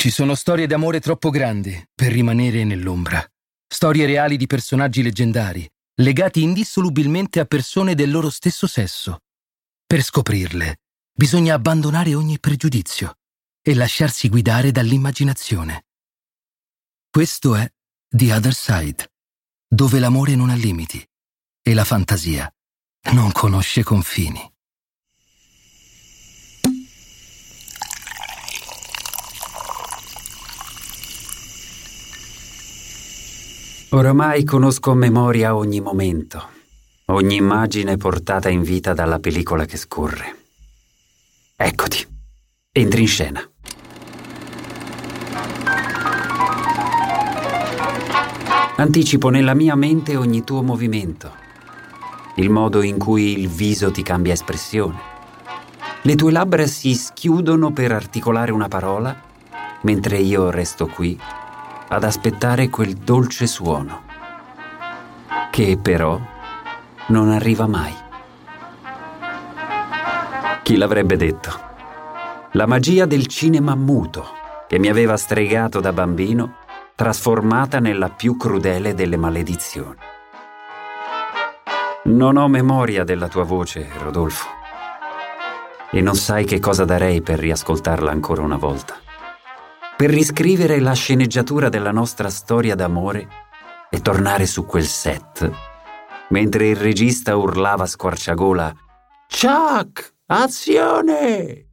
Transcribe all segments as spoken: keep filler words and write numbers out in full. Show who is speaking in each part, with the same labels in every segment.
Speaker 1: Ci sono storie d'amore troppo grandi per rimanere nell'ombra. Storie reali di personaggi leggendari, legati indissolubilmente a persone del loro stesso sesso. Per scoprirle, bisogna abbandonare ogni pregiudizio e lasciarsi guidare dall'immaginazione. Questo è The Other Side, dove l'amore non ha limiti e la fantasia non conosce confini.
Speaker 2: Oramai conosco a memoria ogni momento, ogni immagine portata in vita dalla pellicola che scorre. Eccoti, entri in scena. Anticipo nella mia mente ogni tuo movimento, il modo in cui il viso ti cambia espressione. Le tue labbra si schiudono per articolare una parola, mentre io resto qui ad aspettare quel dolce suono, che però non arriva mai. Chi l'avrebbe detto? La magia del cinema muto, che mi aveva stregato da bambino, trasformata nella più crudele delle maledizioni. Non ho memoria della tua voce, Rodolfo, e non sai che cosa darei per riascoltarla ancora una volta. Per riscrivere la sceneggiatura della nostra storia d'amore e tornare su quel set, mentre il regista urlava a squarciagola «Chuck, azione!».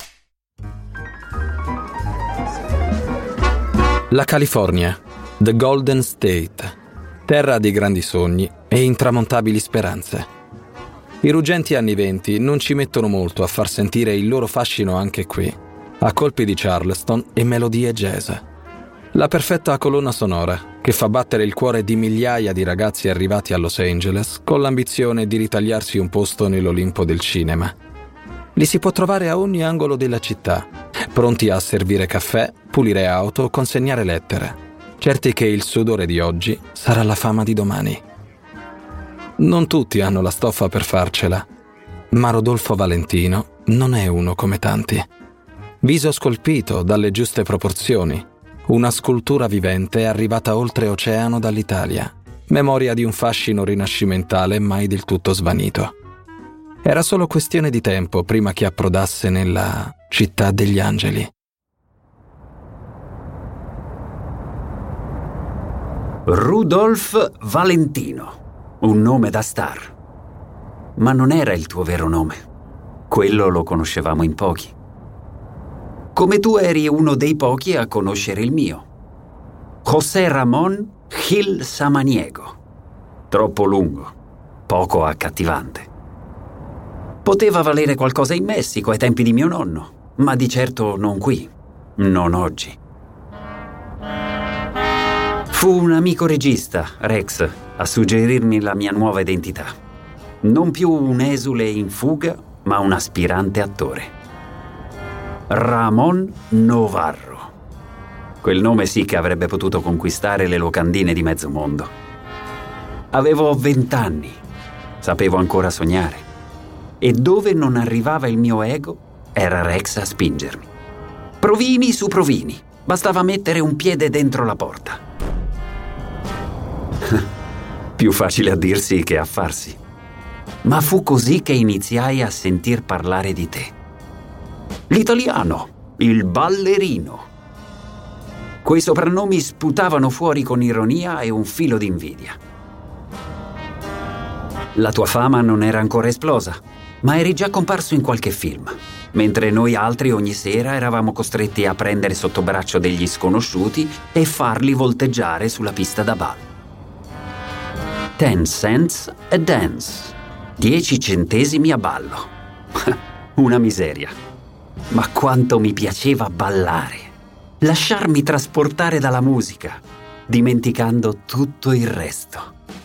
Speaker 3: La California, The Golden State, terra di grandi sogni e intramontabili speranze. I ruggenti anni venti non ci mettono molto a far sentire il loro fascino anche qui, a colpi di Charleston e melodie jazz. La perfetta colonna sonora che fa battere il cuore di migliaia di ragazzi arrivati a Los Angeles con l'ambizione di ritagliarsi un posto nell'Olimpo del cinema. Li si può trovare a ogni angolo della città, pronti a servire caffè, pulire auto, consegnare lettere, certi che il sudore di oggi sarà la fama di domani. Non tutti hanno la stoffa per farcela, ma Rodolfo Valentino non è uno come tanti. Viso scolpito dalle giuste proporzioni, una scultura vivente arrivata oltreoceano dall'Italia, memoria di un fascino rinascimentale mai del tutto svanito. Era solo questione di tempo prima che approdasse nella città degli angeli.
Speaker 2: Rudolf Valentino, un nome da star. Ma non era il tuo vero nome. Quello lo conoscevamo in pochi. Come tu eri uno dei pochi a conoscere il mio. José Ramón Gil Samaniego. Troppo lungo, poco accattivante. Poteva valere qualcosa in Messico ai tempi di mio nonno, ma di certo non qui, non oggi. Fu un amico regista, Rex, a suggerirmi la mia nuova identità. Non più un esule in fuga, ma un aspirante attore. Ramón Novarro. Quel nome sì che avrebbe potuto conquistare le locandine di mezzo mondo. Avevo vent'anni, sapevo ancora sognare, e dove non arrivava il mio ego era Rex a spingermi. Provini su provini, bastava mettere un piede dentro la porta. Più facile a dirsi che a farsi. Ma fu così che iniziai a sentir parlare di te. L'italiano, il ballerino. Quei soprannomi sputavano fuori con ironia e un filo d'invidia. La tua fama non era ancora esplosa, ma eri già comparso in qualche film, mentre noi altri ogni sera eravamo costretti a prendere sotto braccio degli sconosciuti e farli volteggiare sulla pista da ballo. Ten cents a dance. Dieci centesimi a ballo. Una miseria. Ma quanto mi piaceva ballare, lasciarmi trasportare dalla musica, dimenticando tutto il resto.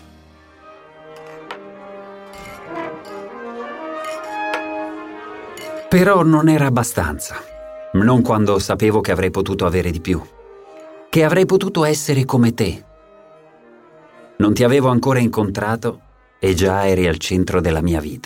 Speaker 2: Però non era abbastanza, non quando sapevo che avrei potuto avere di più, che avrei potuto essere come te. Non ti avevo ancora incontrato e già eri al centro della mia vita.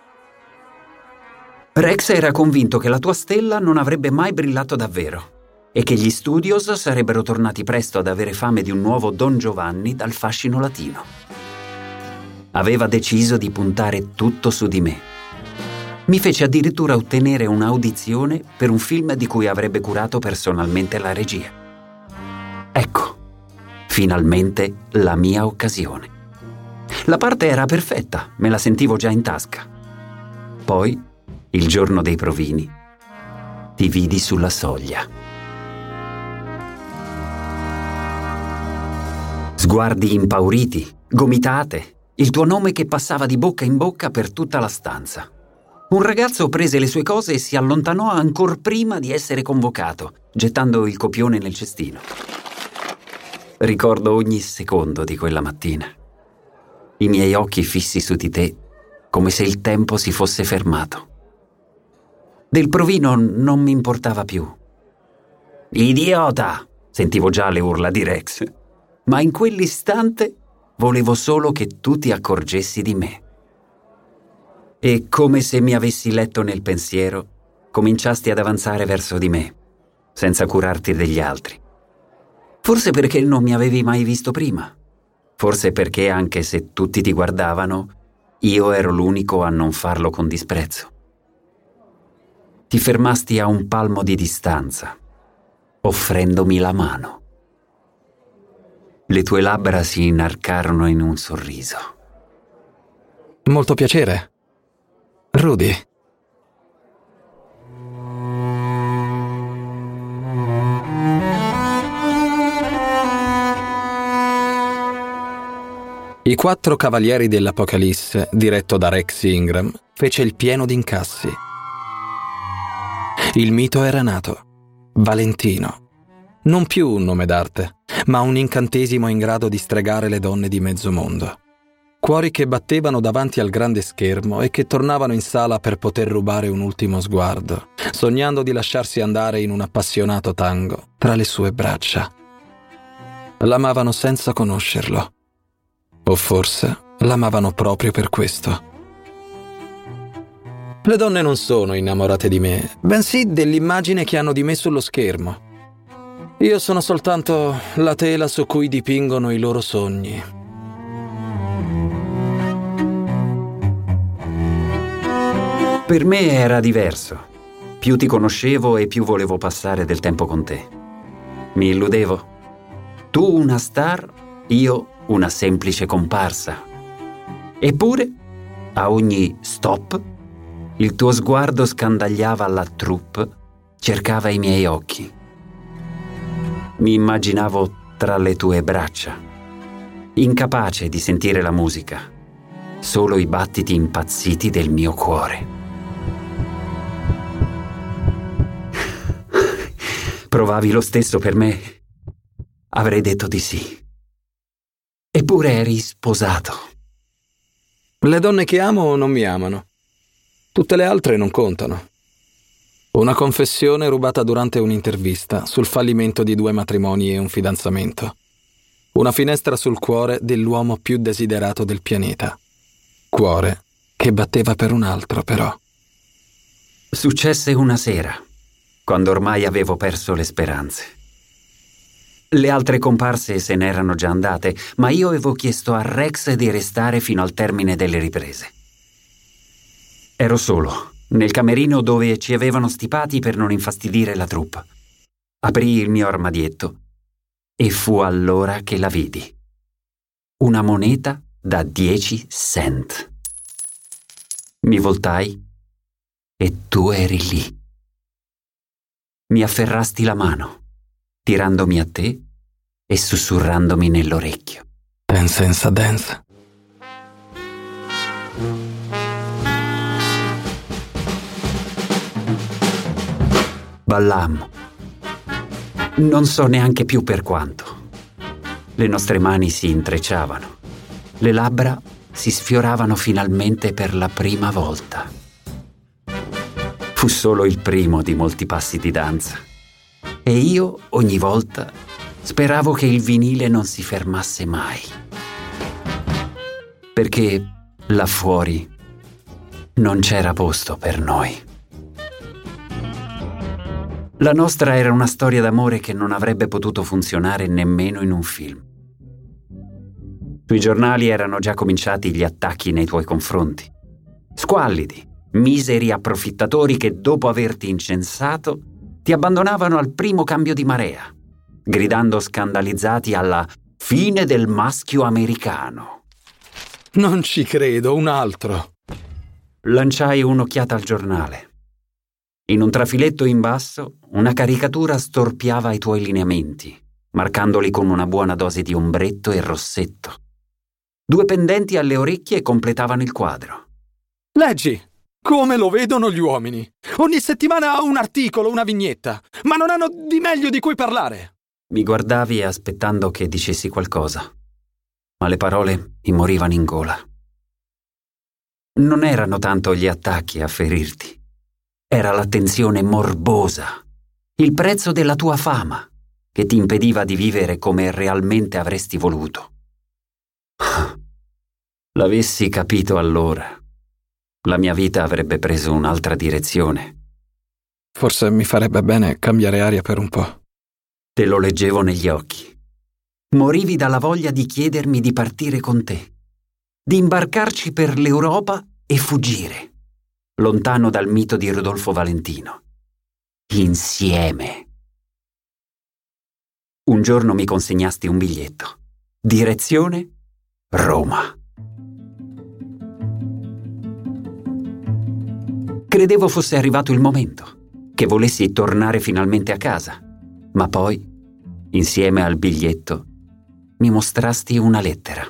Speaker 2: Rex era convinto che la tua stella non avrebbe mai brillato davvero e che gli studios sarebbero tornati presto ad avere fame di un nuovo Don Giovanni dal fascino latino. Aveva deciso di puntare tutto su di me. Mi fece addirittura ottenere un'audizione per un film di cui avrebbe curato personalmente la regia. Ecco, finalmente la mia occasione. La parte era perfetta, me la sentivo già in tasca. Poi, il giorno dei provini, ti vidi sulla soglia. Sguardi impauriti, gomitate, il tuo nome che passava di bocca in bocca per tutta la stanza. Un ragazzo prese le sue cose e si allontanò ancor prima di essere convocato, gettando il copione nel cestino. Ricordo ogni secondo di quella mattina. I miei occhi fissi su di te, come se il tempo si fosse fermato. Del provino non mi importava più. «Idiota!» sentivo già le urla di Rex. Ma in quell'istante volevo solo che tu ti accorgessi di me. E come se mi avessi letto nel pensiero, cominciasti ad avanzare verso di me, senza curarti degli altri. Forse perché non mi avevi mai visto prima. Forse perché anche se tutti ti guardavano, io ero l'unico a non farlo con disprezzo. Ti fermasti a un palmo di distanza, offrendomi la mano. Le tue labbra si inarcarono in un sorriso.
Speaker 3: Molto piacere. Rudy. I quattro cavalieri dell'Apocalisse, diretto da Rex Ingram, fece il pieno di incassi. Il mito era nato. Valentino. Non più un nome d'arte, ma un incantesimo in grado di stregare le donne di mezzo mondo. Cuori che battevano davanti al grande schermo e che tornavano in sala per poter rubare un ultimo sguardo, sognando di lasciarsi andare in un appassionato tango tra le sue braccia. L'amavano senza conoscerlo. O forse l'amavano proprio per questo. Le donne non sono innamorate di me, bensì dell'immagine che hanno di me sullo schermo. Io sono soltanto la tela su cui dipingono i loro sogni.
Speaker 2: Per me era diverso. Più ti conoscevo e più volevo passare del tempo con te. Mi illudevo. Tu una star, io una semplice comparsa. Eppure, a ogni stop, il tuo sguardo scandagliava la troupe, cercava i miei occhi. Mi immaginavo tra le tue braccia, incapace di sentire la musica, solo i battiti impazziti del mio cuore. Provavi lo stesso per me? Avrei detto di sì. Eppure eri sposato.
Speaker 3: Le donne che amo non mi amano. Tutte le altre non contano. Una confessione rubata durante un'intervista sul fallimento di due matrimoni e un fidanzamento. Una finestra sul cuore dell'uomo più desiderato del pianeta. Cuore che batteva per un altro, però.
Speaker 2: Successe una sera, quando ormai avevo perso le speranze. Le altre comparse se n'erano già andate, ma io avevo chiesto a Rex di restare fino al termine delle riprese. Ero solo, nel camerino dove ci avevano stipati per non infastidire la troupe. Aprì il mio armadietto e fu allora che la vidi. Una moneta da dieci cent. Mi voltai e tu eri lì. Mi afferrasti la mano, tirandomi a te e sussurrandomi nell'orecchio.
Speaker 3: Dance senza dance.
Speaker 2: Ballammo. Non so neanche più per quanto. Le nostre mani si intrecciavano. Le labbra si sfioravano finalmente per la prima volta. Fu solo il primo di molti passi di danza. E io, ogni volta, speravo che il vinile non si fermasse mai. Perché là fuori non c'era posto per noi. La nostra era una storia d'amore che non avrebbe potuto funzionare nemmeno in un film. Sui giornali erano già cominciati gli attacchi nei tuoi confronti. Squallidi, miseri approfittatori che dopo averti incensato ti abbandonavano al primo cambio di marea, gridando scandalizzati alla fine del maschio americano.
Speaker 3: Non ci credo, un altro.
Speaker 2: Lanciai un'occhiata al giornale. In un trafiletto in basso, una caricatura storpiava i tuoi lineamenti, marcandoli con una buona dose di ombretto e rossetto. Due pendenti alle orecchie completavano il quadro.
Speaker 3: Leggi! Come lo vedono gli uomini. Ogni settimana un articolo, una vignetta, ma non hanno di meglio di cui parlare.
Speaker 2: Mi guardavi aspettando che dicessi qualcosa, ma le parole mi morivano in gola. Non erano tanto gli attacchi a ferirti. Era l'attenzione morbosa, il prezzo della tua fama, che ti impediva di vivere come realmente avresti voluto. L'avessi capito allora, la mia vita avrebbe preso un'altra direzione.
Speaker 3: Forse mi farebbe bene cambiare aria per un po'.
Speaker 2: Te lo leggevo negli occhi. Morivi dalla voglia di chiedermi di partire con te, di imbarcarci per l'Europa e fuggire, lontano dal mito di Rodolfo Valentino. Insieme. Un giorno mi consegnasti un biglietto. Direzione Roma. Credevo fosse arrivato il momento, che volessi tornare finalmente a casa, ma poi, insieme al biglietto, mi mostrasti una lettera.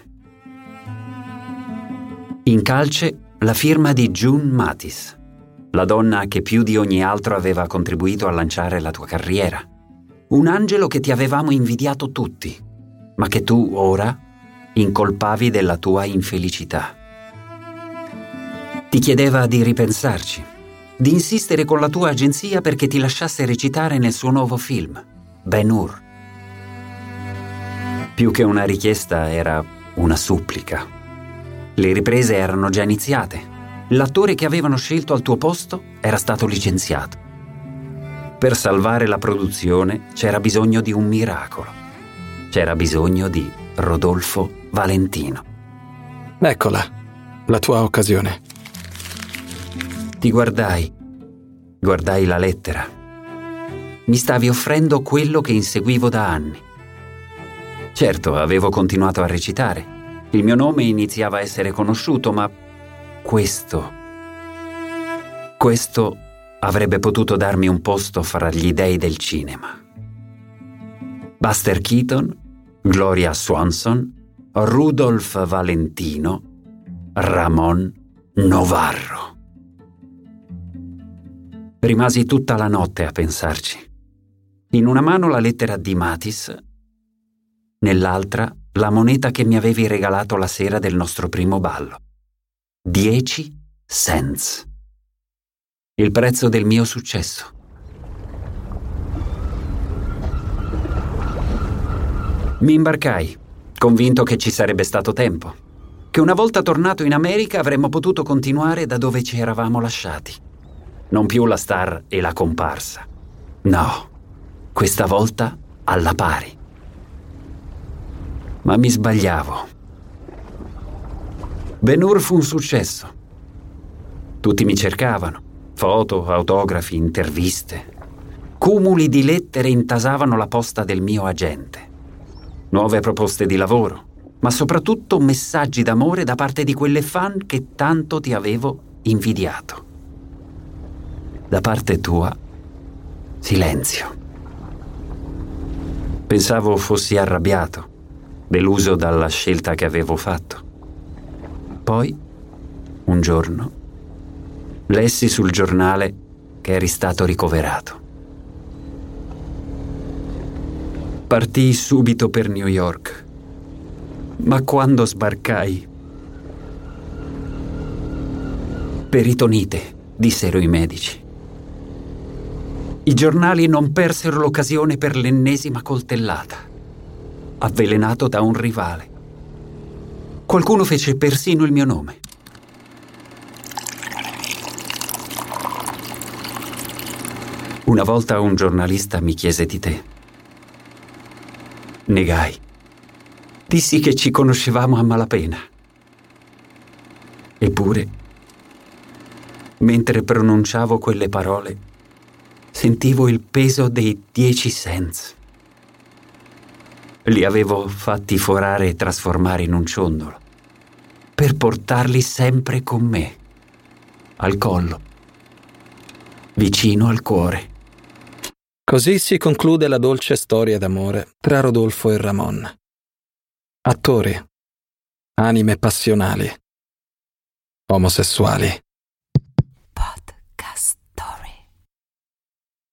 Speaker 2: In calce la firma di June Mathis, la donna che più di ogni altro aveva contribuito a lanciare la tua carriera. Un angelo che ti avevamo invidiato tutti, ma che tu ora incolpavi della tua infelicità. Ti chiedeva di ripensarci, di insistere con la tua agenzia perché ti lasciasse recitare nel suo nuovo film, Ben-Hur. Più che una richiesta era una supplica. Le riprese erano già iniziate. L'attore che avevano scelto al tuo posto era stato licenziato. Per salvare la produzione c'era bisogno di un miracolo. C'era bisogno di Rodolfo Valentino.
Speaker 3: Eccola, la tua occasione.
Speaker 2: Ti guardai, guardai la lettera. Mi stavi offrendo quello che inseguivo da anni. Certo, avevo continuato a recitare. Il mio nome iniziava a essere conosciuto, ma questo, questo avrebbe potuto darmi un posto fra gli dei del cinema. Buster Keaton, Gloria Swanson, Rudolph Valentino, Ramon Novarro. Rimasi tutta la notte a pensarci. In una mano la lettera di Mathis, nell'altra la moneta che mi avevi regalato la sera del nostro primo ballo. Dieci cents. Il prezzo del mio successo. Mi imbarcai, convinto che ci sarebbe stato tempo, che una volta tornato in America avremmo potuto continuare da dove ci eravamo lasciati. Non più la star e la comparsa. No, questa volta alla pari. Ma mi sbagliavo. Ben-Hur fu un successo. Tutti mi cercavano. Foto, autografi, interviste. Cumuli di lettere intasavano la posta del mio agente. Nuove proposte di lavoro, ma soprattutto messaggi d'amore da parte di quelle fan che tanto ti avevo invidiato. Da parte tua, silenzio. Pensavo fossi arrabbiato, deluso dalla scelta che avevo fatto. Poi, un giorno, lessi sul giornale che eri stato ricoverato. Partii subito per New York, ma quando sbarcai... Peritonite, dissero i medici. I giornali non persero l'occasione per l'ennesima coltellata, avvelenato da un rivale. Qualcuno fece persino il mio nome. Una volta un giornalista mi chiese di te. Negai. Dissi che ci conoscevamo a malapena. Eppure, mentre pronunciavo quelle parole, sentivo il peso dei dieci cents. Li avevo fatti forare e trasformare in un ciondolo, per portarli sempre con me, al collo, vicino al cuore.
Speaker 3: Così si conclude la dolce storia d'amore tra Rodolfo e Ramon. Attori, anime passionali, omosessuali.